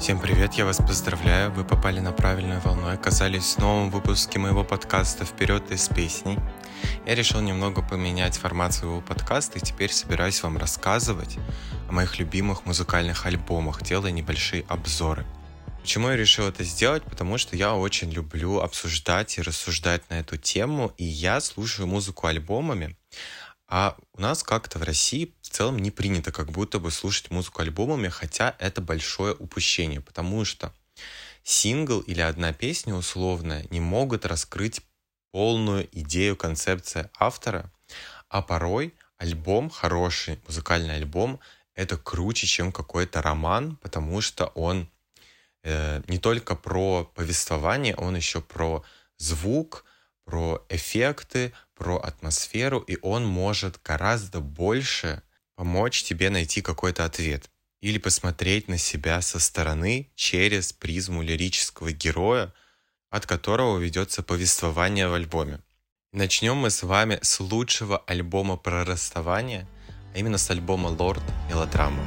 Всем привет, я вас поздравляю, вы попали на правильную волну и оказались в новом выпуске моего подкаста «Вперед из песней». Я решил немного поменять формат своего подкаста и теперь собираюсь вам рассказывать о моих любимых музыкальных альбомах, делая небольшие обзоры. Почему я решил это сделать? Потому что я очень люблю обсуждать и рассуждать на эту тему, и я слушаю музыку альбомами. А у нас как-то в России в целом не принято как будто бы слушать музыку альбомами, хотя это большое упущение, потому что сингл или одна песня условная не могут раскрыть полную идею, концепцию автора, а порой альбом, хороший музыкальный альбом, это круче, чем какой-то роман, потому что он не только про повествование, он еще про звук, про эффекты, про атмосферу, и он может гораздо больше помочь тебе найти какой-то ответ или посмотреть на себя со стороны через призму лирического героя, от которого ведется повествование в альбоме. Начнем мы с вами с лучшего альбома про расставание, а именно с альбома «Lorde» «Мелодрама».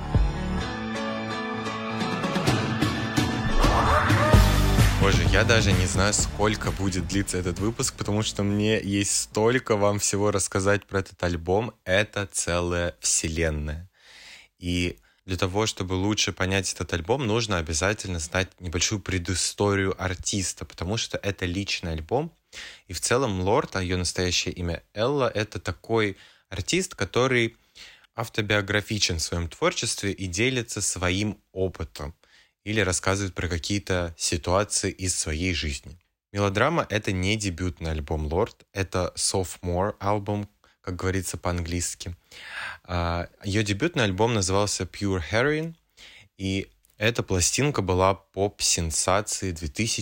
Боже, я даже не знаю, сколько будет длиться этот выпуск, потому что мне есть столько вам всего рассказать про этот альбом. Это целая вселенная. И для того, чтобы лучше понять этот альбом, нужно обязательно знать небольшую предысторию артиста, потому что это личный альбом. И в целом Lorde, а ее настоящее имя Элла, это такой артист, который автобиографичен в своем творчестве и делится своим опытом или рассказывает про какие-то ситуации из своей жизни. «Мелодрама» — это не дебютный альбом Lorde, это sophomore альбом, как говорится по-английски. Ее дебютный альбом назывался Pure Heroin, и эта пластинка была поп-сенсацией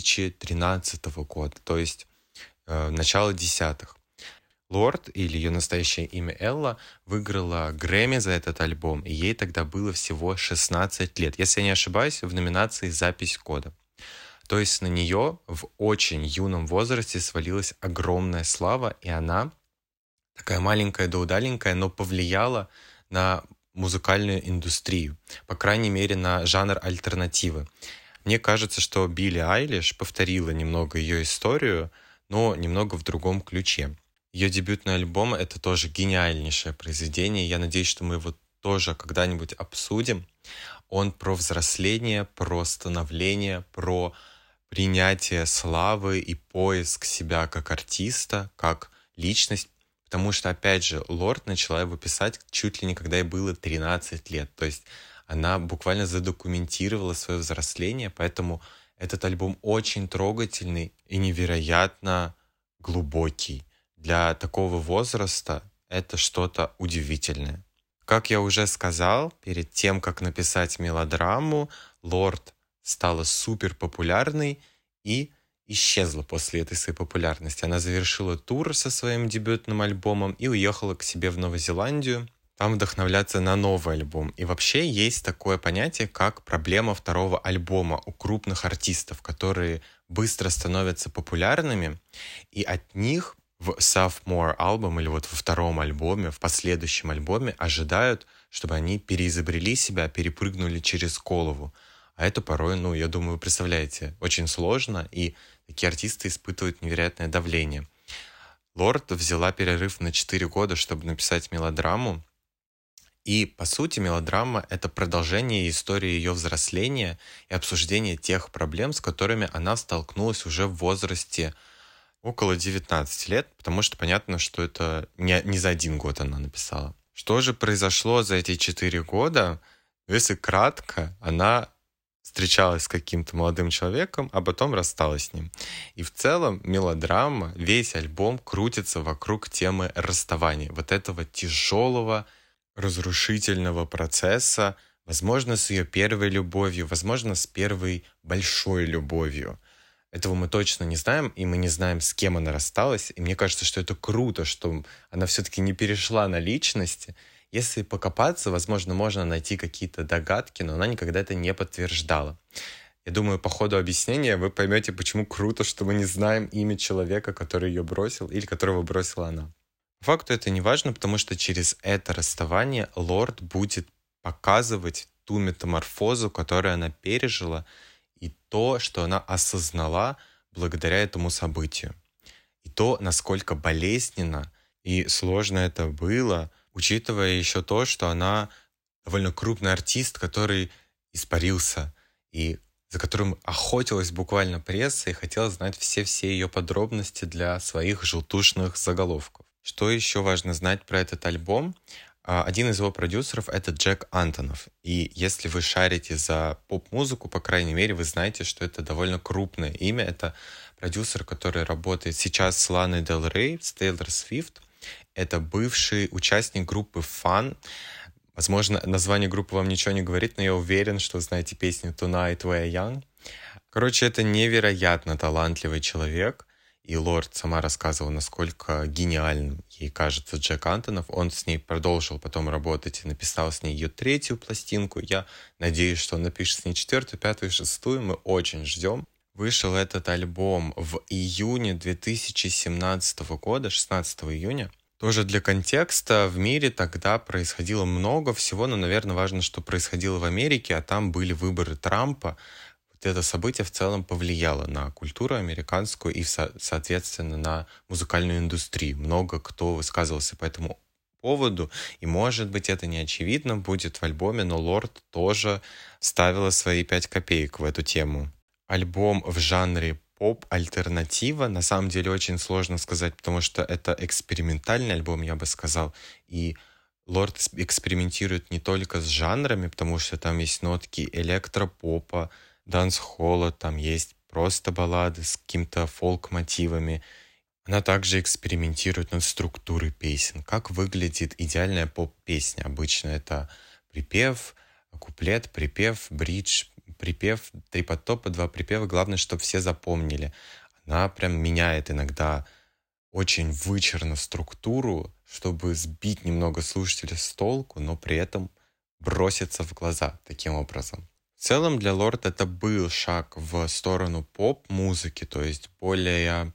2013 года, то есть начало десятых. Lorde, или ее настоящее имя Элла, выиграла Грэмми за этот альбом, и ей тогда было всего 16 лет. Если я не ошибаюсь, в номинации «Запись года». То есть на нее в очень юном возрасте свалилась огромная слава, и она, такая маленькая да удаленькая, но повлияла на музыкальную индустрию, по крайней мере, на жанр альтернативы. Мне кажется, что Билли Айлиш повторила немного ее историю, но немного в другом ключе. Ее дебютный альбом — это тоже гениальнейшее произведение. Я надеюсь, что мы его тоже когда-нибудь обсудим. Он про взросление, про становление, про принятие славы и поиск себя как артиста, как личность. Потому что, опять же, Lorde начала его писать чуть ли не когда ей было 13 лет. То есть она буквально задокументировала свое взросление, поэтому этот альбом очень трогательный и невероятно глубокий. Для такого возраста это что-то удивительное. Как я уже сказал, перед тем, как написать мелодраму, Lorde стала супер популярной и исчезла после этой своей популярности. Она завершила тур со своим дебютным альбомом и уехала к себе в Новую Зеландию, там вдохновляться на новый альбом. И вообще есть такое понятие, как проблема второго альбома у крупных артистов, которые быстро становятся популярными, и от них в sophomore альбом или вот во втором альбоме, в последующем альбоме ожидают, чтобы они переизобрели себя, перепрыгнули через голову. А это порой, я думаю, вы представляете, очень сложно, и такие артисты испытывают невероятное давление. Lorde взяла перерыв на 4 года, чтобы написать мелодраму. И, по сути, мелодрама — это продолжение истории ее взросления и обсуждение тех проблем, с которыми она столкнулась уже в возрасте около 19 лет, потому что понятно, что это не за один год она написала. Что же произошло за эти 4 года? Если кратко, она встречалась с каким-то молодым человеком, а потом рассталась с ним. И в целом мелодрама, весь альбом крутится вокруг темы расставания, вот этого тяжелого, разрушительного процесса, возможно, с ее первой любовью, возможно, с первой большой любовью. Этого мы точно не знаем, и мы не знаем, с кем она рассталась. И мне кажется, что это круто, что она все-таки не перешла на личности. Если покопаться, возможно, можно найти какие-то догадки, но она никогда это не подтверждала. Я думаю, по ходу объяснения вы поймете, почему круто, что мы не знаем имя человека, который ее бросил или которого бросила она. По факту это не важно, потому что через это расставание Lorde будет показывать ту метаморфозу, которую она пережила, и то, что она осознала благодаря этому событию. И то, насколько болезненно и сложно это было, учитывая еще то, что она довольно крупный артист, который испарился, и за которым охотилась буквально пресса и хотела знать все ее подробности для своих желтушных заголовков. Что еще важно знать про этот альбом? Один из его продюсеров — это Джек Антонов. И если вы шарите за поп-музыку, по крайней мере, вы знаете, что это довольно крупное имя. Это продюсер, который работает сейчас с Ланой Дель Рей, с Тейлор Свифт. Это бывший участник группы Fun. Возможно, название группы вам ничего не говорит, но я уверен, что вы знаете песню Tonight We're Young. Короче, это невероятно талантливый человек. И Лорд сама рассказывала, насколько гениальным ей кажется Джек Антонов. Он с ней продолжил потом работать и написал с ней ее 3-ю пластинку. Я надеюсь, что он напишет с ней 4-ю, 5-ю и 6-ю. Мы очень ждем. Вышел этот альбом в июне 2017 года, 16 июня. Тоже для контекста, в мире тогда происходило много всего, но, наверное, важно, что происходило в Америке, а там были выборы Трампа. Это событие в целом повлияло на культуру американскую и, соответственно, на музыкальную индустрию. Много кто высказывался по этому поводу, и, может быть, это не очевидно будет в альбоме, но Лорд тоже ставила свои 5 копеек в эту тему. Альбом в жанре поп-альтернатива, на самом деле очень сложно сказать, потому что это экспериментальный альбом, я бы сказал, и Лорд экспериментирует не только с жанрами, потому что там есть нотки электропопа, дансхолла, там есть просто баллады с какими-то фолк-мотивами. Она также экспериментирует над структурой песен. Как выглядит идеальная поп-песня? Обычно это припев, куплет, припев, бридж, припев, 3 подтопа, 2 припева. Главное, чтобы все запомнили. Она прям меняет иногда очень вычурно структуру, чтобы сбить немного слушателя с толку, но при этом броситься в глаза таким образом. В целом для Лорд это был шаг в сторону поп-музыки, то есть более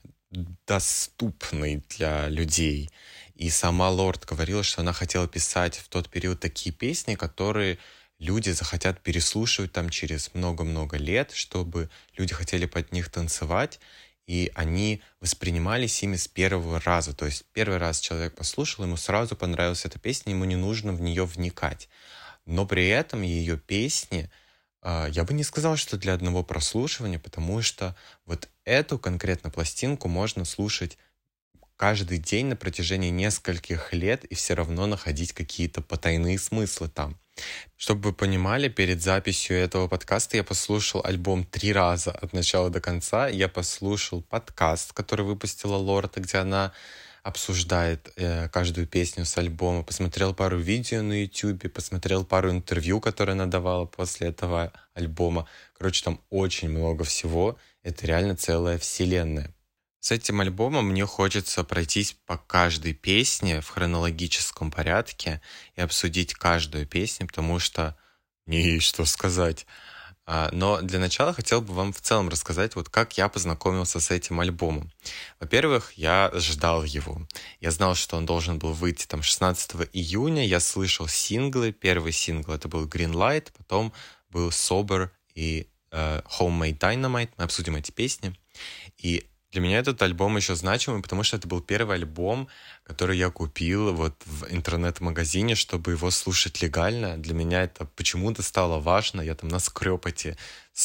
доступный для людей. И сама Лорд говорила, что она хотела писать в тот период такие песни, которые люди захотят переслушивать там через много-много лет, чтобы люди хотели под них танцевать, и они воспринимались ими с первого раза. То есть первый раз человек послушал, ему сразу понравилась эта песня, ему не нужно в нее вникать. Но при этом ее песни, я бы не сказал, что для одного прослушивания, потому что вот эту конкретно пластинку можно слушать каждый день на протяжении нескольких лет и все равно находить какие-то потайные смыслы там. Чтобы вы понимали, перед записью этого подкаста я послушал альбом 3 раза от начала до конца. Я послушал подкаст, который выпустила Лорд, где она обсуждает каждую песню с альбома, посмотрел пару видео на YouTube, посмотрел пару интервью, которые она давала после этого альбома. Короче, там очень много всего. Это реально целая вселенная. С этим альбомом мне хочется пройтись по каждой песне в хронологическом порядке и обсудить каждую песню, потому что не есть что сказать. Но для начала хотел бы вам в целом рассказать, вот как я познакомился с этим альбомом. Во-первых, я ждал его. Я знал, что он должен был выйти там 16 июня. Я слышал синглы. Первый сингл это был Green Light, потом был Sober и Homemade Dynamite. Мы обсудим эти песни. И для меня этот альбом еще значимый, потому что это был первый альбом, который я купил вот в интернет-магазине, чтобы его слушать легально. Для меня это почему-то стало важно. Я там наскреб эти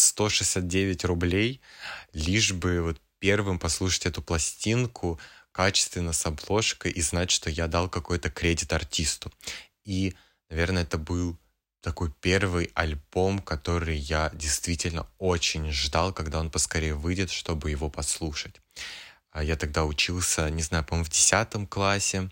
169 рублей, лишь бы вот первым послушать эту пластинку качественно с обложкой и знать, что я дал какой-то кредит артисту. И, наверное, это был такой первый альбом, который я действительно очень ждал, когда он поскорее выйдет, чтобы его послушать. Я тогда учился, не знаю, по-моему, в 10 классе,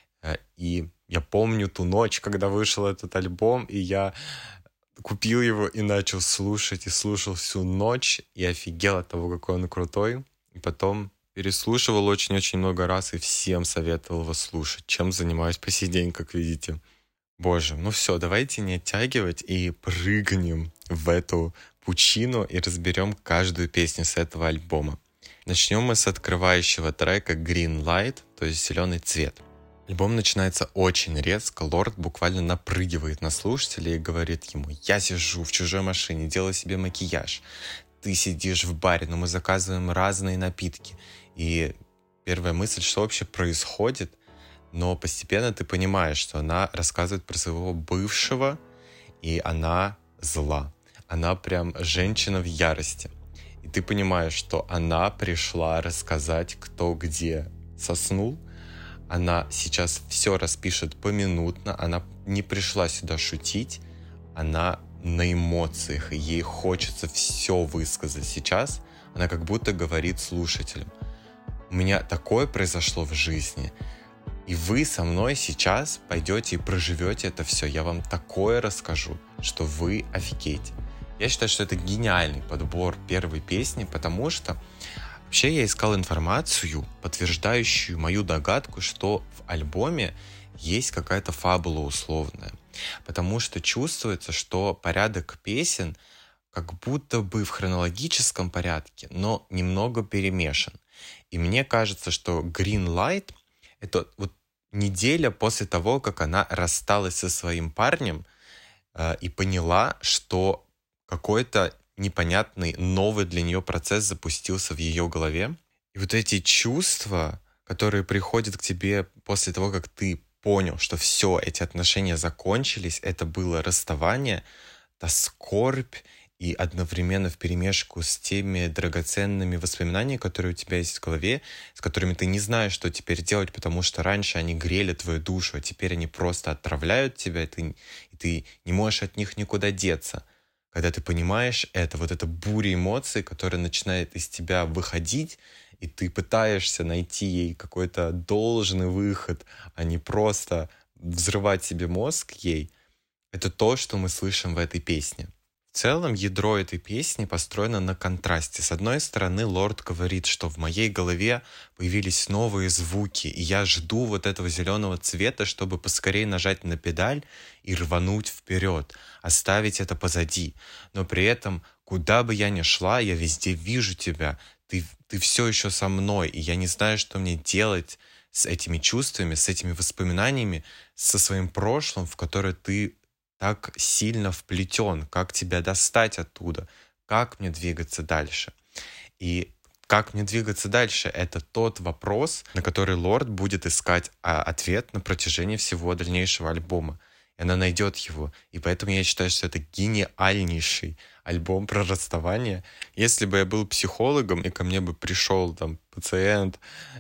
и я помню ту ночь, когда вышел этот альбом, и я купил его и начал слушать, и слушал всю ночь, и офигел от того, какой он крутой. И потом переслушивал очень-очень много раз, и всем советовал его слушать, чем занимаюсь по сей день, как видите. Боже, ну все, давайте не оттягивать и прыгнем в эту пучину и разберем каждую песню с этого альбома. Начнем мы с открывающего трека Green Light, то есть зеленый цвет. Альбом начинается очень резко, Лорд буквально напрыгивает на слушателя и говорит ему: «Я сижу в чужой машине, делаю себе макияж, ты сидишь в баре, но мы заказываем разные напитки». И первая мысль, что вообще происходит, но постепенно ты понимаешь, что она рассказывает про своего бывшего, и она зла. Она прям женщина в ярости. И ты понимаешь, что она пришла рассказать, кто где соснул. Она сейчас все распишет поминутно. Она не пришла сюда шутить. Она на эмоциях, и ей хочется все высказать сейчас. Она как будто говорит слушателям: у меня такое произошло в жизни, и вы со мной сейчас пойдете и проживете это все. Я вам такое расскажу, что вы офигеете. Я считаю, что это гениальный подбор первой песни, потому что вообще я искал информацию, подтверждающую мою догадку, что в альбоме есть какая-то фабула условная. Потому что чувствуется, что порядок песен как будто бы в хронологическом порядке, но немного перемешан. И мне кажется, что Green Light — это вот неделя после того, как она рассталась со своим парнем и поняла, что какой-то непонятный новый для нее процесс запустился в ее голове. И вот эти чувства, которые приходят к тебе после того, как ты понял, что все, эти отношения закончились, это было расставание, та скорбь, и одновременно вперемешку с теми драгоценными воспоминаниями, которые у тебя есть в голове, с которыми ты не знаешь, что теперь делать, потому что раньше они грели твою душу, а теперь они просто отравляют тебя, и ты не можешь от них никуда деться. Когда ты понимаешь это, вот эта буря эмоций, которая начинает из тебя выходить, и ты пытаешься найти ей какой-то должный выход, а не просто взрывать себе мозг ей, это то, что мы слышим в этой песне. В целом, ядро этой песни построено на контрасте. С одной стороны, Лорд говорит, что в моей голове появились новые звуки, и я жду вот этого зеленого цвета, чтобы поскорее нажать на педаль и рвануть вперед, оставить это позади. Но при этом, куда бы я ни шла, я везде вижу тебя, ты все еще со мной, и я не знаю, что мне делать с этими чувствами, с этими воспоминаниями, со своим прошлым, в которое ты так сильно вплетен, как тебя достать оттуда, как мне двигаться дальше. И как мне двигаться дальше — это тот вопрос, на который Лорд будет искать ответ на протяжении всего дальнейшего альбома. И она найдет его. И поэтому я считаю, что это гениальнейший альбом про расставание. Если бы я был психологом, и ко мне бы пришел там пациент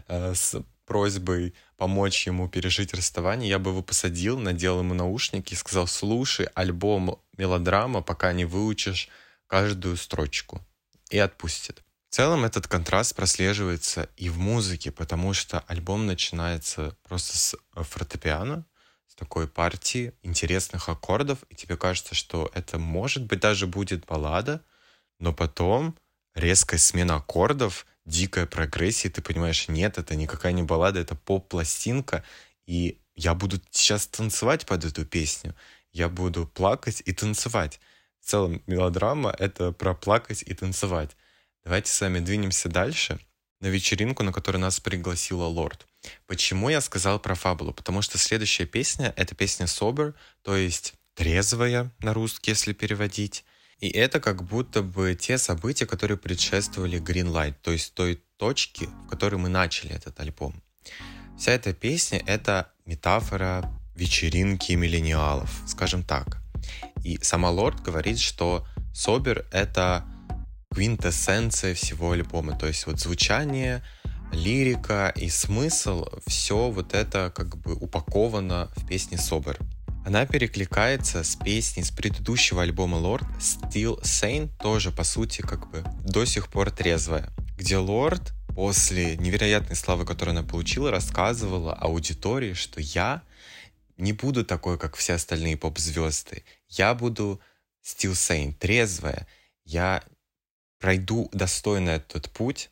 с просьбой помочь ему пережить расставание, я бы его посадил, надел ему наушники и сказал: слушай альбом «Мелодрама», пока не выучишь каждую строчку. И отпустит. В целом этот контраст прослеживается и в музыке, потому что альбом начинается просто с фортепиано, с такой партии интересных аккордов, и тебе кажется, что это, может быть, даже будет баллада, но потом резкая смена аккордов, дикая прогрессия, и ты понимаешь: нет, это никакая не баллада, это поп-пластинка, и я буду сейчас танцевать под эту песню, я буду плакать и танцевать. В целом, «Мелодрама» — это про плакать и танцевать. Давайте с вами двинемся дальше на вечеринку, на которую нас пригласила Лорд. Почему я сказал про фабулу? Потому что следующая песня — это песня «Sober», то есть «трезвая» на русский, если переводить. И это как будто бы те события, которые предшествовали Green Light, то есть той точке, в которой мы начали этот альбом. Вся эта песня — это метафора вечеринки миллениалов, скажем так. И сама Лорд говорит, что «Sober» — это квинтэссенция всего альбома, то есть вот звучание, лирика и смысл, все вот это как бы упаковано в песне «Sober». Она перекликается с песней с предыдущего альбома Lord «Still Sane», тоже, по сути, как бы до сих пор трезвая, где Lord после невероятной славы, которую она получила, рассказывала аудитории, что я не буду такой, как все остальные поп-звезды. Я буду still sane, трезвая. Я пройду достойно этот путь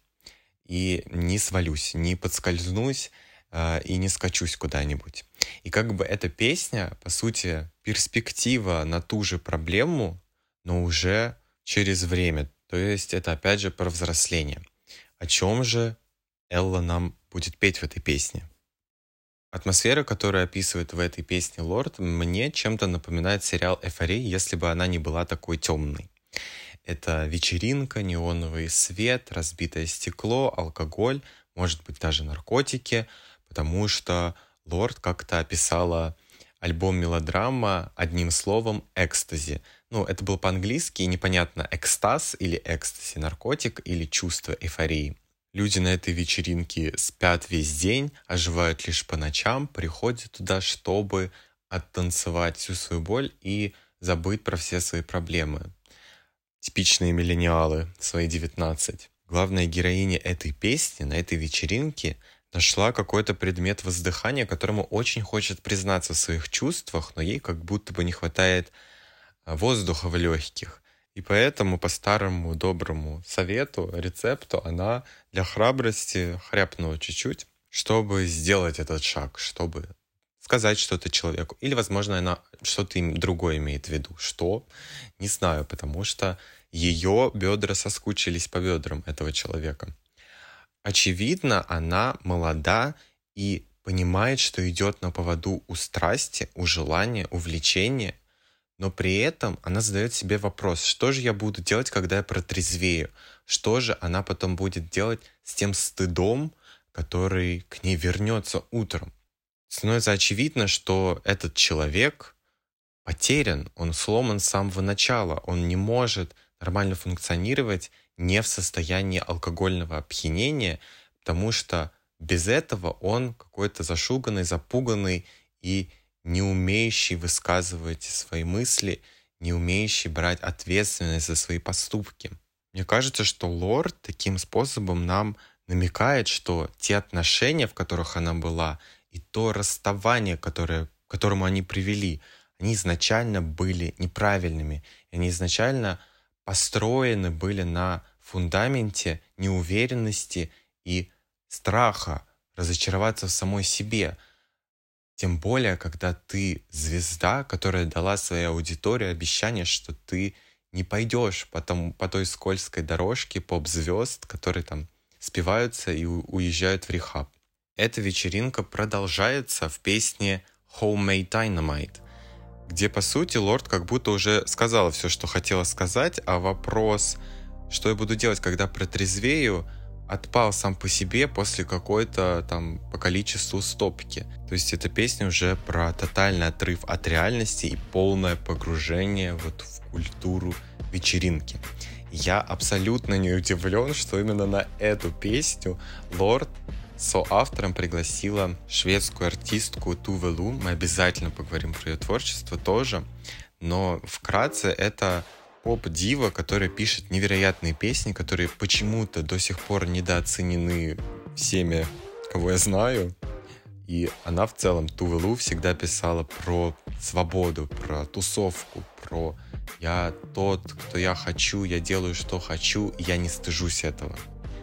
и не свалюсь, не подскользнусь и не скачусь куда-нибудь. И как бы эта песня, по сути, перспектива на ту же проблему, но уже через время. То есть это опять же про взросление. О чем же Элла нам будет петь в этой песне? Атмосфера, которую описывает в этой песне Лорд, мне чем-то напоминает сериал «Эйфория», если бы она не была такой темной. Это вечеринка, неоновый свет, разбитое стекло, алкоголь, может быть, даже наркотики, потому что Лорд как-то описала альбом «Мелодрама» одним словом «экстази». Ну, это было по-английски, и непонятно, экстаз или экстази, наркотик или чувство эйфории. Люди на этой вечеринке спят весь день, оживают лишь по ночам, приходят туда, чтобы оттанцевать всю свою боль и забыть про все свои проблемы. Типичные миллениалы, свои 19. Главная героиня этой песни на этой вечеринке нашла какой-то предмет воздыхания, которому очень хочет признаться в своих чувствах, но ей как будто бы не хватает воздуха в легких. И поэтому по старому доброму совету, рецепту, она для храбрости хряпнула чуть-чуть, чтобы сделать этот шаг, чтобы сказать что-то человеку. Или, возможно, она что-то им другое имеет в виду. Что? Не знаю, потому что ее бедра соскучились по бедрам этого человека. Очевидно, она молода и понимает, что идет на поводу у страсти, у желания, у влечения, но при этом она задает себе вопрос, что же я буду делать, когда я протрезвею? Что же она потом будет делать с тем стыдом, который к ней вернется утром? Становится очевидно, что этот человек потерян, он сломан с самого начала, он не может нормально функционировать не в состоянии алкогольного опьянения, потому что без этого он какой-то зашуганный, запуганный и не умеющий высказывать свои мысли, не умеющий брать ответственность за свои поступки. Мне кажется, что Лорд таким способом нам намекает, что те отношения, в которых она была, и то расставание, к которому они привели, они изначально были неправильными. И они изначально построены были на фундаменте неуверенности и страха разочароваться в самой себе. Тем более, когда ты звезда, которая дала своей аудитории обещание, что ты не пойдешь по той скользкой дорожке поп-звезд, которые там спиваются и уезжают в рехаб. Эта вечеринка продолжается в песне Homemade Dynamite, где, по сути, Лорд как будто уже сказала все, что хотела сказать, а вопрос, что я буду делать, когда протрезвею, отпал сам по себе после какой-то там по количеству стопки. То есть эта песня уже про тотальный отрыв от реальности и полное погружение вот в культуру вечеринки. Я абсолютно не удивлен, что именно на эту песню Лорд соавтором пригласила шведскую артистку Туве Лу. Мы обязательно поговорим про ее творчество тоже. Но вкратце это поп-дива, которая пишет невероятные песни, которые почему-то до сих пор недооценены всеми, кого я знаю. И она в целом, Туве Лу, всегда писала про свободу, про тусовку, про «я тот, кто я хочу, я делаю, что хочу, и я не стыжусь этого».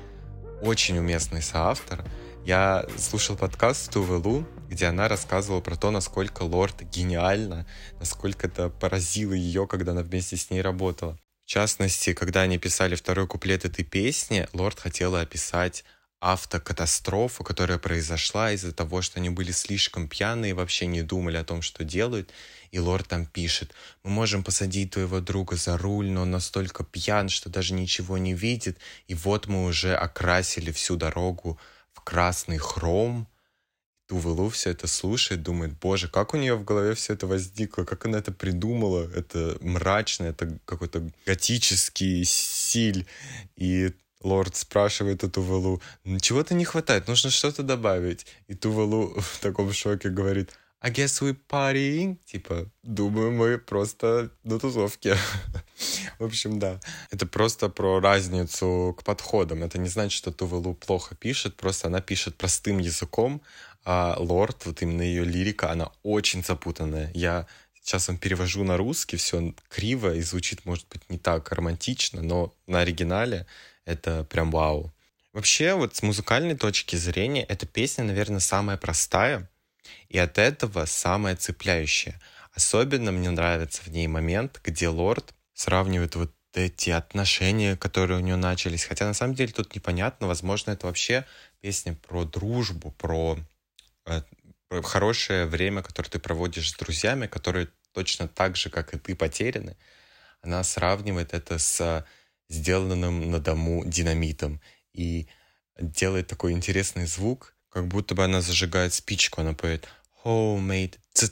Очень уместный соавтор. Я слушал подкаст Туве Лу, где она рассказывала про то, насколько Лорд гениальна, насколько это поразило ее, когда она вместе с ней работала. В частности, когда они писали второй куплет этой песни, Лорд хотела описать автокатастрофу, которая произошла из-за того, что они были слишком пьяные и вообще не думали о том, что делают. И Лорд там пишет: «Мы можем посадить твоего друга за руль, но он настолько пьян, что даже ничего не видит, и вот мы уже окрасили всю дорогу в красный хром». Туве Лу все это слушает, думает: боже, как у нее в голове все это возникло, как она это придумала, это мрачно, это какой-то готический стиль. И Лорд спрашивает у Туве Лу: чего-то не хватает, нужно что-то добавить. И Туве Лу в таком шоке говорит: I guess we partying. Типа, думаю, мы просто на тусовке. В общем, да. Это просто про разницу к подходам. Это не значит, что Туве Лу плохо пишет, просто она пишет простым языком, а Лорд, вот именно ее лирика, она очень запутанная. Я сейчас вам перевожу на русский, все криво и звучит, может быть, не так романтично, но на оригинале это прям вау. Вообще, вот с музыкальной точки зрения, эта песня, наверное, самая простая, и от этого самое цепляющее. Особенно мне нравится в ней момент, где Лорд сравнивает вот эти отношения, которые у нее начались. Хотя на самом деле тут непонятно. Возможно, это вообще песня про дружбу, про хорошее время, которое ты проводишь с друзьями, которые точно так же, как и ты, потеряны. Она сравнивает это с сделанным на дому динамитом и делает такой интересный звук, как будто бы она зажигает спичку, она поет homemade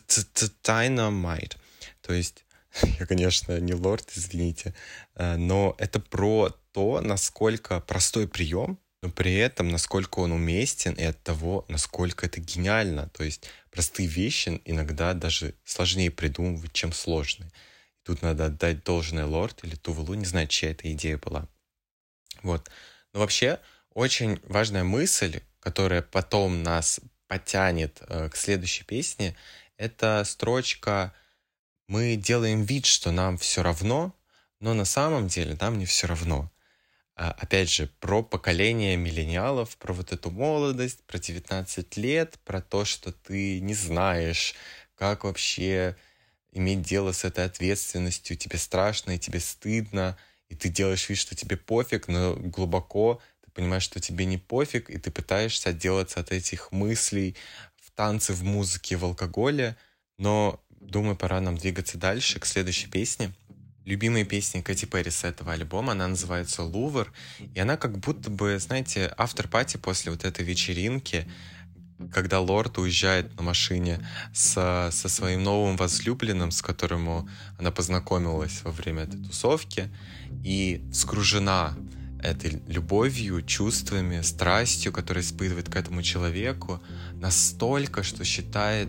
dynamite. То есть, я, конечно, не лорд, извините, но это про то, насколько простой прием, но при этом насколько он уместен и от того, насколько это гениально. То есть простые вещи иногда даже сложнее придумывать, чем сложные. Тут надо отдать должное Лорд или Тувалу, не знаю, чья эта идея была. Вот. Но вообще очень важная мысль, которая потом нас потянет к следующей песне, это строчка «Мы делаем вид, что нам все равно, но на самом деле нам не все равно». Опять же, про поколение миллениалов, про вот эту молодость, про 19 лет, про то, что ты не знаешь, как вообще иметь дело с этой ответственностью, тебе страшно и тебе стыдно, и ты делаешь вид, что тебе пофиг, но глубоко ты понимаешь, что тебе не пофиг, и ты пытаешься отделаться от этих мыслей в танце, в музыке, в алкоголе, но, думаю, пора нам двигаться дальше, к следующей песне. Любимая песня Кэти Перри с этого альбома, она называется «Лувр», и она как будто бы, знаете, автор-пати после вот этой вечеринки, когда Лорд уезжает на машине со своим новым возлюбленным, с которым она познакомилась во время этой тусовки, и скружена этой любовью, чувствами, страстью, которую испытывает к этому человеку, настолько, что считает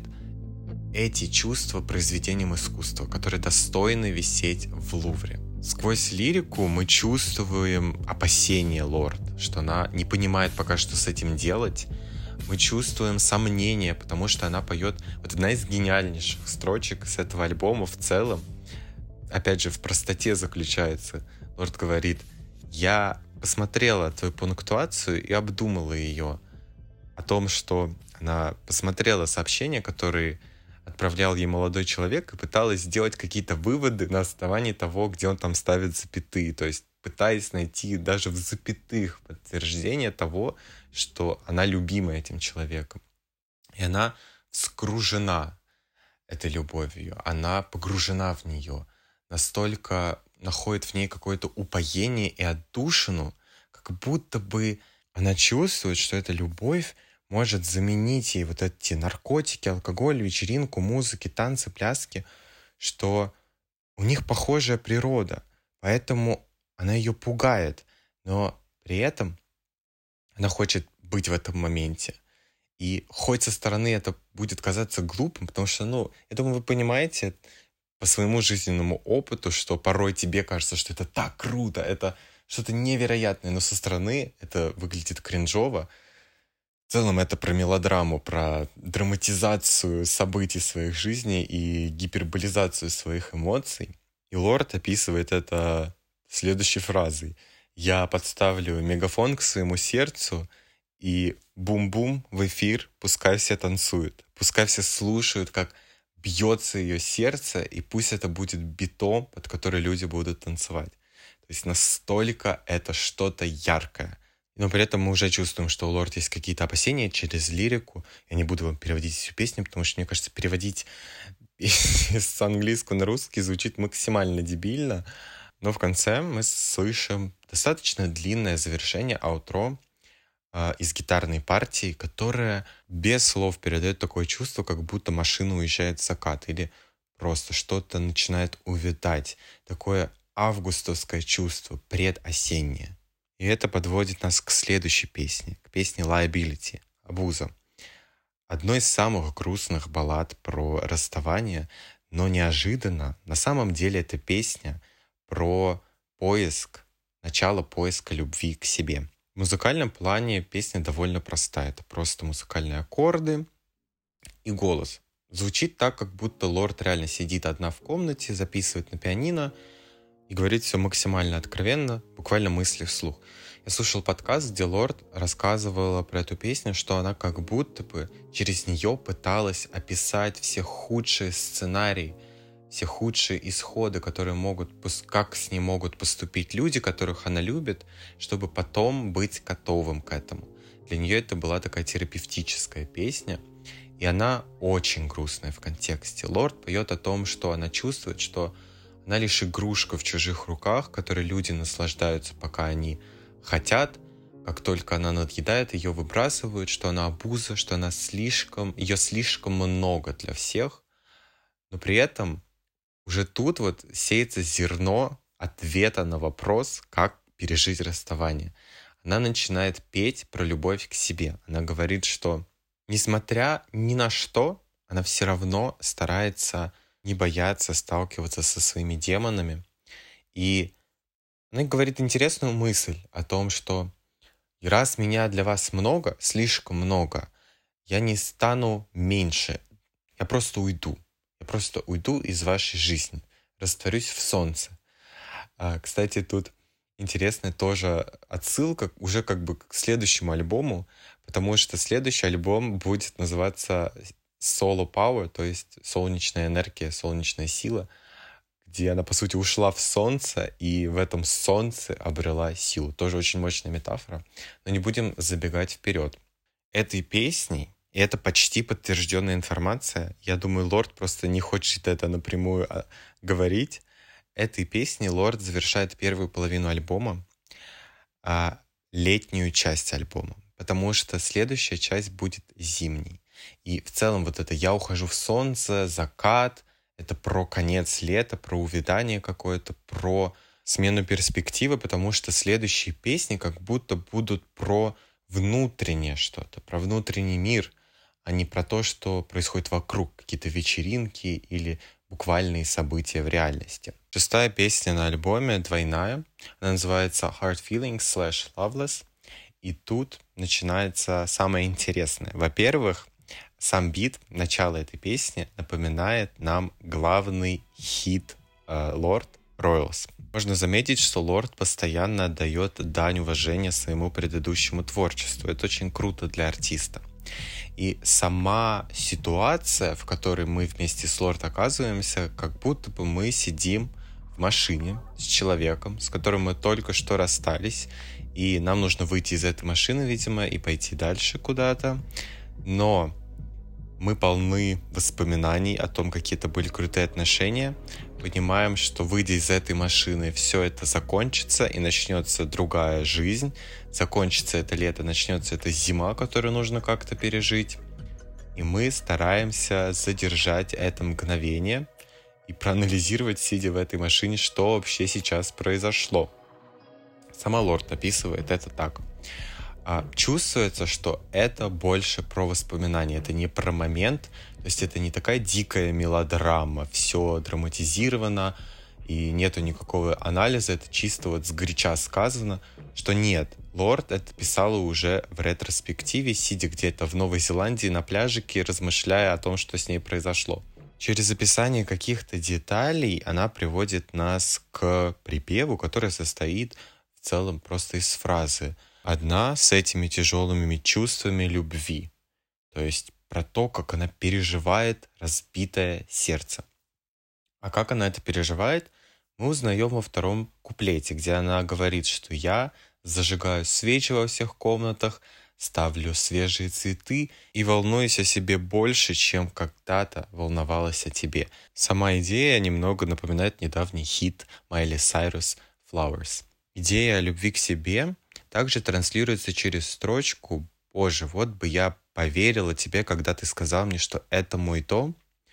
эти чувства произведением искусства, которые достойны висеть в Лувре. Сквозь лирику мы чувствуем опасение Лорд, что она не понимает пока, что с этим делать. Мы чувствуем сомнения, потому что она поет вот одна из гениальнейших строчек с этого альбома в целом. Опять же, в простоте заключается. Лорд говорит: «Я посмотрела твою пунктуацию и обдумала ее». О том, что она посмотрела сообщения, которые отправлял ей молодой человек, и пыталась сделать какие-то выводы на основании того, где он там ставит запятые. То есть пытаясь найти даже в запятых подтверждение того, что она любима этим человеком. И она скружена этой любовью, она погружена в нее, настолько находит в ней какое-то упоение и отдушину, как будто бы она чувствует, что эта любовь может заменить ей вот эти наркотики, алкоголь, вечеринку, музыки, танцы, пляски, что у них похожая природа, поэтому она ее пугает, но при этом она хочет быть в этом моменте. И хоть со стороны это будет казаться глупым, потому что, я думаю, вы понимаете по своему жизненному опыту, что порой тебе кажется, что это так круто, это что-то невероятное, но со стороны это выглядит кринжово. В целом это про мелодраму, про драматизацию событий своих жизней и гиперболизацию своих эмоций. И Лорд описывает это следующей фразой: «Я подставлю мегафон к своему сердцу, и бум-бум в эфир, пускай все танцуют, пускай все слушают, как бьется ее сердце, и пусть это будет битом, под который люди будут танцевать». То есть настолько это что-то яркое. Но при этом мы уже чувствуем, что у Лорд есть какие-то опасения через лирику. Я не буду вам переводить всю песню, потому что, мне кажется, переводить с английского на русский звучит максимально дебильно. Но в конце мы слышим достаточно длинное завершение, аутро, из гитарной партии, которая без слов передает такое чувство, как будто машина уезжает в закат или просто что-то начинает увядать. Такое августовское чувство, предосеннее. И это подводит нас к следующей песне, к песне «Liability» Абуза. Одной из самых грустных баллад про расставание, но неожиданно, на самом деле эта песня про поиск, начало поиска любви к себе. В музыкальном плане песня довольно простая. Это просто музыкальные аккорды и голос. Звучит так, как будто Лорд реально сидит одна в комнате, записывает на пианино и говорит все максимально откровенно, буквально мысли вслух. Я слушал подкаст, где Лорд рассказывала про эту песню, что она как будто бы через нее пыталась описать все худшие сценарии, все худшие исходы, как с ней могут поступить люди, которых она любит, чтобы потом быть готовым к этому. Для нее это была такая терапевтическая песня. И она очень грустная в контексте. Лорд поет о том, что она чувствует, что она лишь игрушка в чужих руках, которой люди наслаждаются, пока они хотят. Как только она надоедает, ее выбрасывают, что она абуза, что ее слишком много для всех. Но при этом уже тут вот сеется зерно ответа на вопрос, как пережить расставание. Она начинает петь про любовь к себе. Она говорит, что несмотря ни на что, она все равно старается не бояться сталкиваться со своими демонами. И она говорит интересную мысль о том, что раз меня для вас много, слишком много, я не стану меньше. Я просто уйду. Я просто уйду из вашей жизни. Растворюсь в солнце. Кстати, тут интересная тоже отсылка уже как бы к следующему альбому, потому что следующий альбом будет называться Solar Power, то есть солнечная энергия, солнечная сила, где она, по сути, ушла в солнце и в этом солнце обрела силу. Тоже очень мощная метафора, но не будем забегать вперед. Этой песней, и это почти подтвержденная информация, я думаю, Лорд просто не хочет это напрямую говорить. Этой песней Лорд завершает первую половину альбома, а летнюю часть альбома, потому что следующая часть будет зимней. И в целом вот это «Я ухожу в солнце», «Закат» — это про конец лета, про увядание какое-то, про смену перспективы, потому что следующие песни как будто будут про внутреннее что-то, про внутренний мир, а не про то, что происходит вокруг, какие-то вечеринки или буквальные события в реальности. Шестая песня на альбоме двойная. Она называется Hard Feelings / Loveless. И тут начинается самое интересное. Во-первых, сам бит, начало этой песни напоминает нам главный хит Lorde Royals. Можно заметить, что Лорд постоянно отдает дань уважения своему предыдущему творчеству. Это очень круто для артиста. И сама ситуация, в которой мы вместе с Лорд оказываемся, как будто бы мы сидим в машине с человеком, с которым мы только что расстались, и нам нужно выйти из этой машины, видимо, и пойти дальше куда-то. Но мы полны воспоминаний о том, какие это были крутые отношения. Понимаем, что, выйдя из этой машины, все это закончится, и начнется другая жизнь. Закончится это лето, начнется эта зима, которую нужно как-то пережить. И мы стараемся задержать это мгновение и проанализировать, сидя в этой машине, что вообще сейчас произошло. Сама Лорд описывает это так. Чувствуется, что это больше про воспоминания, это не про момент, то есть это не такая дикая мелодрама, все драматизировано и нету никакого анализа, это чисто вот сгоряча сказано, что нет, Лорд это писала уже в ретроспективе, сидя где-то в Новой Зеландии на пляжике, размышляя о том, что с ней произошло. Через описание каких-то деталей она приводит нас к припеву, который состоит в целом просто из фразы «Одна с этими тяжелыми чувствами любви». То есть про то, как она переживает разбитое сердце. А как она это переживает, мы узнаем во втором куплете, где она говорит, что я зажигаю свечи во всех комнатах, ставлю свежие цветы и волнуюсь о себе больше, чем когда-то волновалась о тебе. Сама идея немного напоминает недавний хит Майли Сайрус «Flowers». Идея о любви к себе также транслируется через строчку «Боже, вот бы я поверила тебе, когда ты сказал мне, что это мой дом».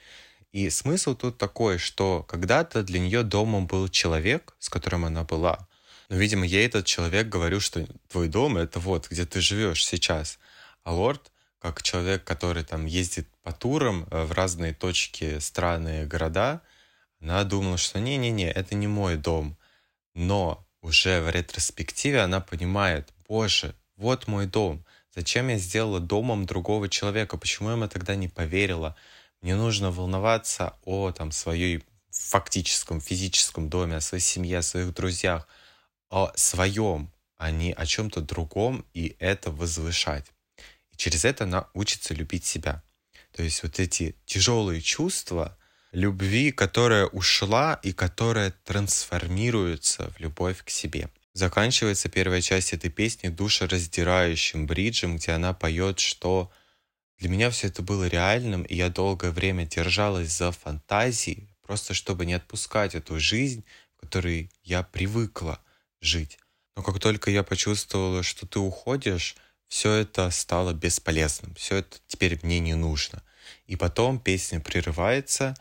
И смысл тут такой, что когда-то для нее домом был человек, с которым она была. Но, видимо, ей этот человек говорил, что твой дом — это вот, где ты живешь сейчас. А Лорд, как человек, который там ездит по турам в разные точки страны, города, она думала, что не-не-не, это не мой дом. Но уже в ретроспективе она понимает, боже, вот мой дом. Зачем я сделала домом другого человека? Почему я ему тогда не поверила? Мне нужно волноваться о там, своей фактическом, физическом доме, о своей семье, о своих друзьях, о своем, а не о чем-то другом, и это возвышать. И через это она учится любить себя. То есть вот эти тяжелые чувства любви, которая ушла и которая трансформируется в любовь к себе. Заканчивается первая часть этой песни душераздирающим бриджем, где она поет, что Для меня все это было реальным, и я долгое время держалась за фантазии, просто чтобы не отпускать эту жизнь, в которой я привыкла жить. Но как только я почувствовала, что ты уходишь, все это стало бесполезным, все это теперь мне не нужно. И потом песня прерывается,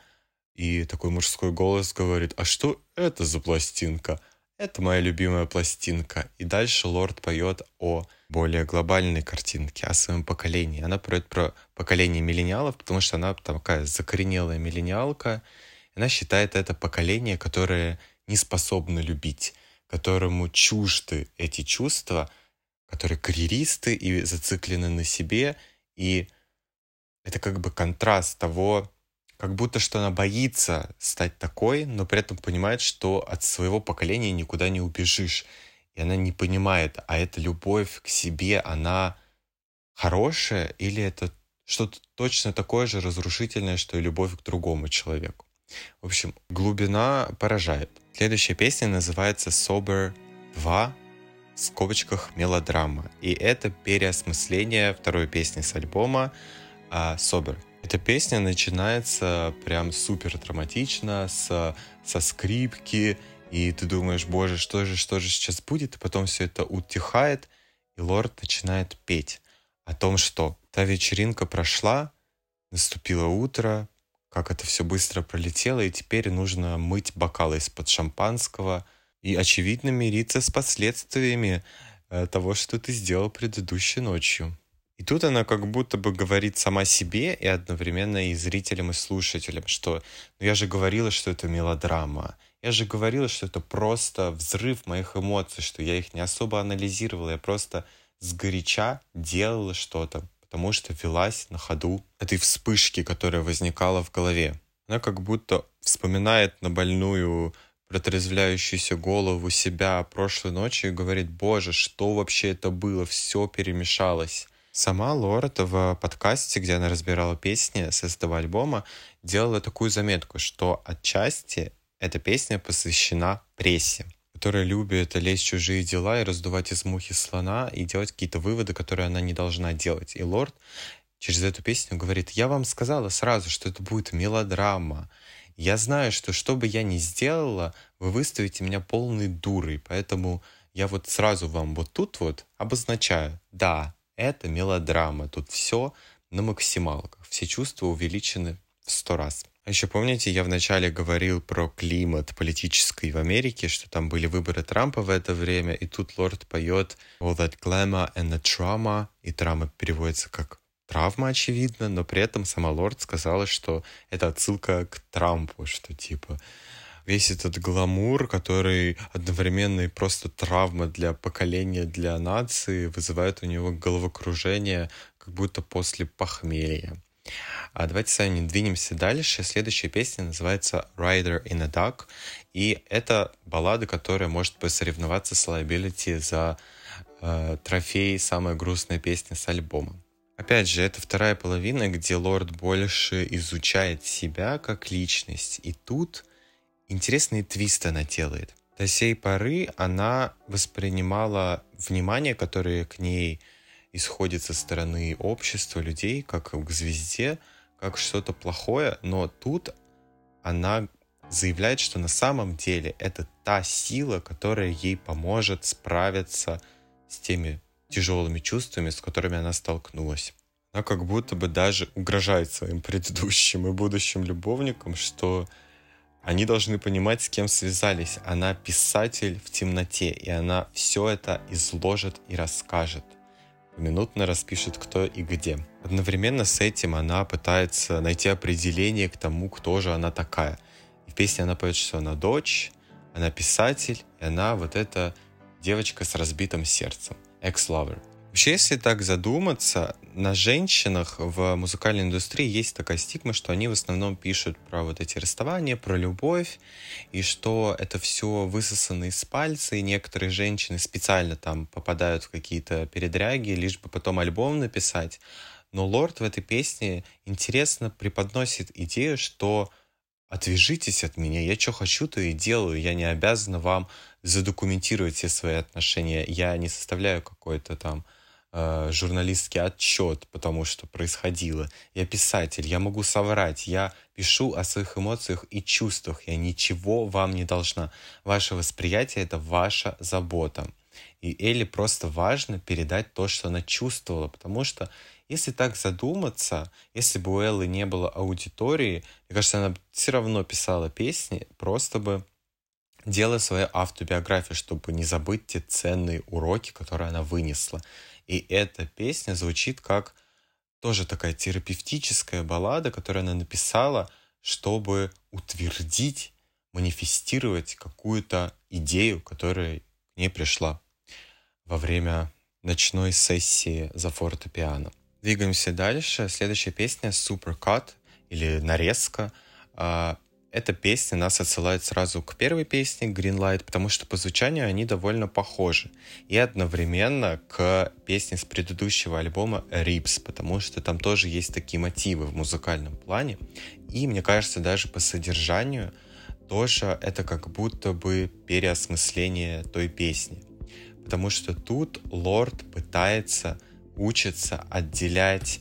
и такой мужской голос говорит: «А что это за пластинка?» Это моя любимая пластинка. И дальше Лорд поет о более глобальной картинке, о своем поколении. Она поет про поколение миллениалов, потому что она такая закоренелая миллениалка. Она считает это поколение, которое не способно любить, которому чужды эти чувства, которые карьеристы и зациклены на себе. И это как бы контраст того, как будто что она боится стать такой, но при этом понимает, что от своего поколения никуда не убежишь. И она не понимает, а эта любовь к себе, она хорошая или это что-то точно такое же разрушительное, что и любовь к другому человеку. В общем, глубина поражает. Следующая песня называется «Sober 2», в скобочках «Мелодрама». И это переосмысление второй песни с альбома «Sober». Эта песня начинается прям супер драматично, со скрипки, и ты думаешь: боже, что же сейчас будет? И потом все это утихает, и Лорд начинает петь о том, что та вечеринка прошла, наступило утро, как это все быстро пролетело, и теперь нужно мыть бокалы из-под шампанского и, очевидно, мириться с последствиями того, что ты сделал предыдущей ночью. И тут она как будто бы говорит сама себе и одновременно и зрителям, и слушателям, что «ну я же говорила, что это мелодрама, я же говорила, что это просто взрыв моих эмоций, что я их не особо анализировала, я просто сгоряча делала что-то, потому что велась на ходу этой вспышки, которая возникала в голове». Она как будто вспоминает на больную, протрезвляющуюся голову себя прошлой ночью и говорит: «Боже, что вообще это было? Все перемешалось». Сама Лорд в подкасте, где она разбирала песни с этого альбома, делала такую заметку, что отчасти эта песня посвящена прессе, которая любит лезть в чужие дела и раздувать из мухи слона и делать какие-то выводы, которые она не должна делать. И Лорд через эту песню говорит: «Я вам сказала сразу, что это будет мелодрама. Я знаю, что бы я ни сделала, вы выставите меня полной дурой, поэтому я вот сразу вам вот тут вот обозначаю: да, это мелодрама, тут все на максималках, все чувства увеличены в 100 раз». А еще помните, я вначале говорил про климат политический в Америке, что там были выборы Трампа в это время, и тут Лорд поет «All that glamour and the trauma», и «трама» переводится как травма, очевидно, но при этом сама Лорд сказала, что это отсылка к Трампу, что типа весь этот гламур, который одновременно и просто травма для поколения, для нации, вызывает у него головокружение, как будто после похмелья. А давайте с вами двинемся дальше. Следующая песня называется «Rider in the Dark», и это баллада, которая может посоревноваться с Liability за трофей «Самая грустная песня с альбома». Опять же, это вторая половина, где Лорд больше изучает себя как личность, и тут интересный твист она делает. До сей поры она воспринимала внимание, которое к ней исходит со стороны общества, людей, как к звезде, как что-то плохое, но тут она заявляет, что на самом деле это та сила, которая ей поможет справиться с теми тяжелыми чувствами, с которыми она столкнулась. Она как будто бы даже угрожает своим предыдущим и будущим любовникам, что они должны понимать, с кем связались. Она писатель в темноте, и она все это изложит и расскажет. Минутно распишет, кто и где. Одновременно с этим она пытается найти определение к тому, кто же она такая. И в песне она поет, что она дочь, она писатель, и она вот эта девочка с разбитым сердцем, ex-lover. Вообще, если так задуматься, на женщинах в музыкальной индустрии есть такая стигма, что они в основном пишут про вот эти расставания, про любовь, и что это все высосано из пальца, и некоторые женщины специально там попадают в какие-то передряги, лишь бы потом альбом написать. Но Лорд в этой песне интересно преподносит идею, что отвяжитесь от меня, я что хочу, то и делаю, я не обязана вам задокументировать все свои отношения, я не составляю какой-то там журналистский отчет, потому что происходило. Я писатель, я могу соврать, я пишу о своих эмоциях и чувствах, я ничего вам не должна. Ваше восприятие — это ваша забота. И Элли просто важно передать то, что она чувствовала, потому что если так задуматься, если бы у Эллы не было аудитории, мне кажется, она все равно писала песни, просто бы делая свою автобиографию, чтобы не забыть те ценные уроки, которые она вынесла. И эта песня звучит как тоже такая терапевтическая баллада, которую она написала, чтобы утвердить, манифестировать какую-то идею, которая к ней пришла во время ночной сессии за фортепиано. Двигаемся дальше. Следующая песня Supercut или нарезка. Эта песня нас отсылает сразу к первой песне Green Light, потому что по звучанию они довольно похожи. И одновременно к песне с предыдущего альбома Ribs, потому что там тоже есть такие мотивы в музыкальном плане. И мне кажется, даже по содержанию тоже это как будто бы переосмысление той песни. Потому что тут Лорд пытается учиться отделять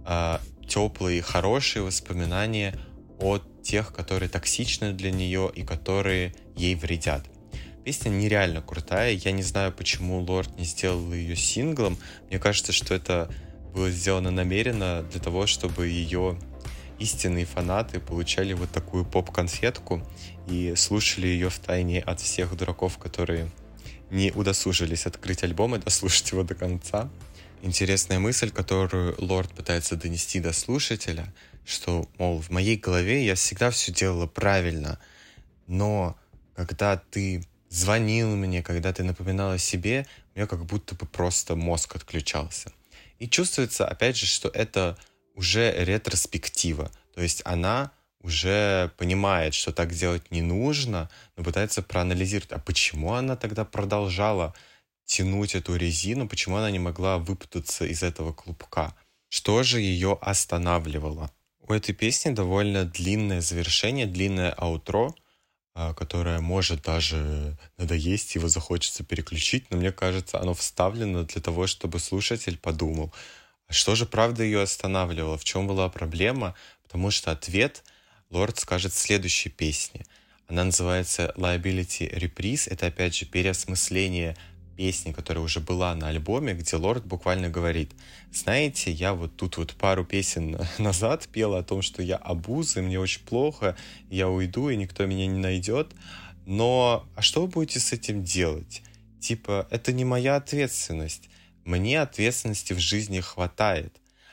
теплые, хорошие воспоминания от тех, которые токсичны для нее и которые ей вредят. Песня нереально крутая. Я не знаю, почему Лорд не сделал ее синглом. Мне кажется, что это было сделано намеренно для того, чтобы ее истинные фанаты получали вот такую поп-конфетку и слушали ее втайне от всех дураков, которые не удосужились открыть альбом и дослушать его до конца. Интересная мысль, которую Лорд пытается донести до слушателя, что, мол, в моей голове я всегда все делала правильно, но когда ты звонил мне, когда ты напоминал о себе, у меня как будто бы просто мозг отключался. И чувствуется, опять же, что это уже ретроспектива, то есть она уже понимает, что так делать не нужно, но пытается проанализировать, а почему она тогда продолжала тянуть эту резину, почему она не могла выпутаться из этого клубка, что же ее останавливало. У этой песни довольно длинное завершение, длинное аутро, которое может даже надоесть, его захочется переключить, но мне кажется, оно вставлено для того, чтобы слушатель подумал, а что же правда ее останавливало, в чем была проблема, потому что ответ Лорд скажет в следующей песне. Она называется Liability Reprise, это опять же переосмысление песни, которая уже была на альбоме, где Лорд буквально говорит: знаете, я вот тут вот пару песен назад пела о том, что я абуза, мне очень плохо, я уйду, и никто меня не найдет, но а что вы будете с этим делать? Типа, это не моя ответственность, мне ответственности в жизни хватает,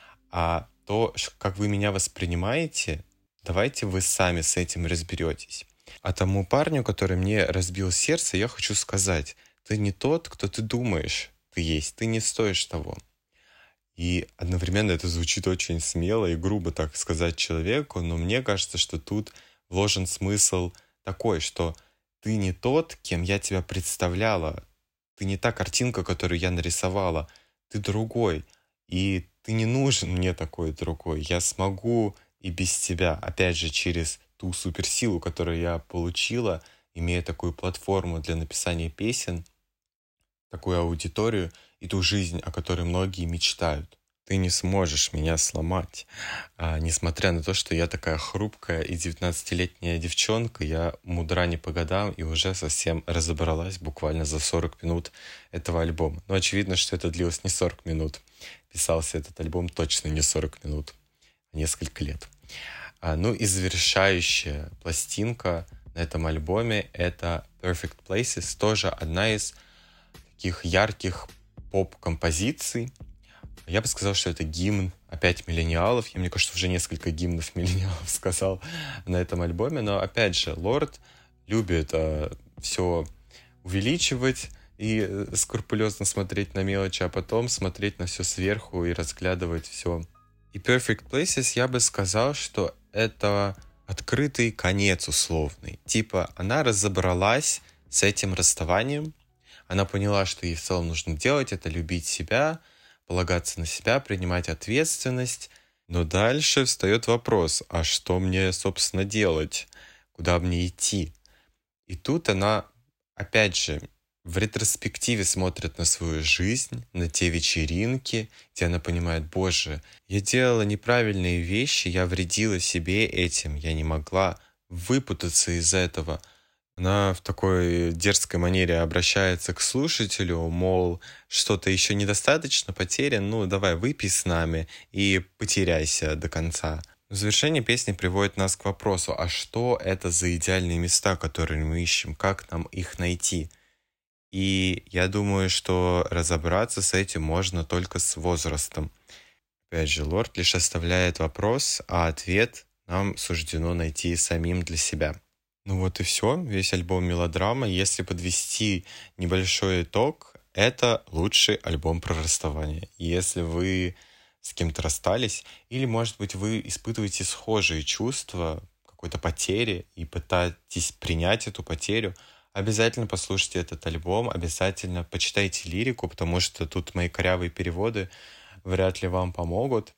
а то, как вы меня воспринимаете, давайте вы сами с этим разберетесь. А тому парню, который мне разбил сердце, я хочу сказать: ты не тот, кто ты думаешь, ты есть, ты не стоишь того. И одновременно это звучит очень смело и грубо так сказать человеку, но мне кажется, что тут вложен смысл такой, что ты не тот, кем я тебя представляла, ты не та картинка, которую я нарисовала, ты другой, и ты не нужен мне такой другой, я смогу и без тебя, опять же, через ту суперсилу, которую я получила, имея такую платформу для написания песен, такую аудиторию и ту жизнь, о которой многие мечтают. Ты не сможешь меня сломать. Несмотря на то, что я такая хрупкая и 19-летняя девчонка, я мудра не по годам и уже совсем разобралась буквально за 40 минут этого альбома. Но очевидно, что это длилось не 40 минут. Писался этот альбом точно не 40 минут, а несколько лет. Ну и завершающая пластинка на этом альбоме — это Perfect Places, тоже одна из таких ярких поп-композиций. Я бы сказал, что это гимн опять миллениалов. Я, мне кажется, уже несколько гимнов миллениалов сказал на этом альбоме. Но, опять же, Лорд любит все увеличивать и скрупулезно смотреть на мелочи, а потом смотреть на все сверху и разглядывать все. И Perfect Places, я бы сказал, что это открытый конец условный. Типа, она разобралась с этим расставанием, она поняла, что ей в целом нужно делать, это любить себя, полагаться на себя, принимать ответственность. Но дальше встает вопрос, а что мне, собственно, делать? Куда мне идти? И тут она, опять же, в ретроспективе смотрит на свою жизнь, на те вечеринки, где она понимает: боже, я делала неправильные вещи, я вредила себе этим, я не могла выпутаться из этого. Она в такой дерзкой манере обращается к слушателю, мол, что-то еще недостаточно потерян, ну давай выпей с нами и потеряйся до конца. В завершение песни приводит нас к вопросу: а что это за идеальные места, которые мы ищем, как нам их найти? И я думаю, что разобраться с этим можно только с возрастом. Опять же, Лорд лишь оставляет вопрос, а ответ нам суждено найти самим для себя. Ну вот и все, весь альбом «Мелодрама». Если подвести небольшой итог, это лучший альбом про расставание. Если вы с кем-то расстались, или, может быть, вы испытываете схожие чувства какой-то потери и пытаетесь принять эту потерю, обязательно послушайте этот альбом, обязательно почитайте лирику, потому что тут мои корявые переводы вряд ли вам помогут.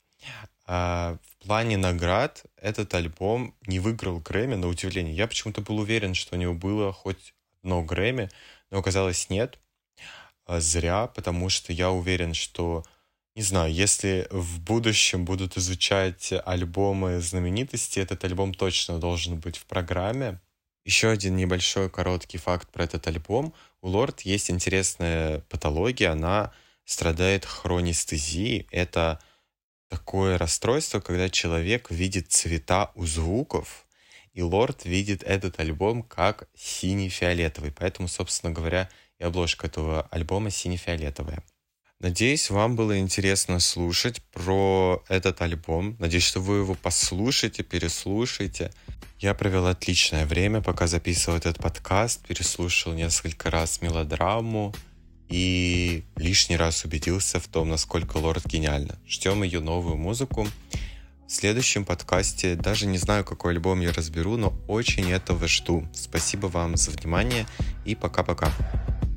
В плане наград этот альбом не выиграл Грэмми, на удивление. Я почему-то был уверен, что у него было хоть одно Грэмми, но оказалось нет. Зря, потому что я уверен, что, не знаю, если в будущем будут изучать альбомы знаменитостей, этот альбом точно должен быть в программе. Еще один небольшой короткий факт про этот альбом. У Лорд есть интересная патология, она страдает хронестезией. Это такое расстройство, когда человек видит цвета у звуков, и Лорд видит этот альбом как синий-фиолетовый. Поэтому, собственно говоря, и обложка этого альбома сине-фиолетовая. Надеюсь, вам было интересно слушать про этот альбом. Надеюсь, что вы его послушаете, переслушаете. Я провел отличное время, пока записывал этот подкаст, переслушал несколько раз «Мелодраму» и лишний раз убедился в том, насколько Лорд гениальна. Ждем ее новую музыку. В следующем подкасте даже не знаю, какой альбом я разберу, но очень этого жду. Спасибо вам за внимание и пока-пока.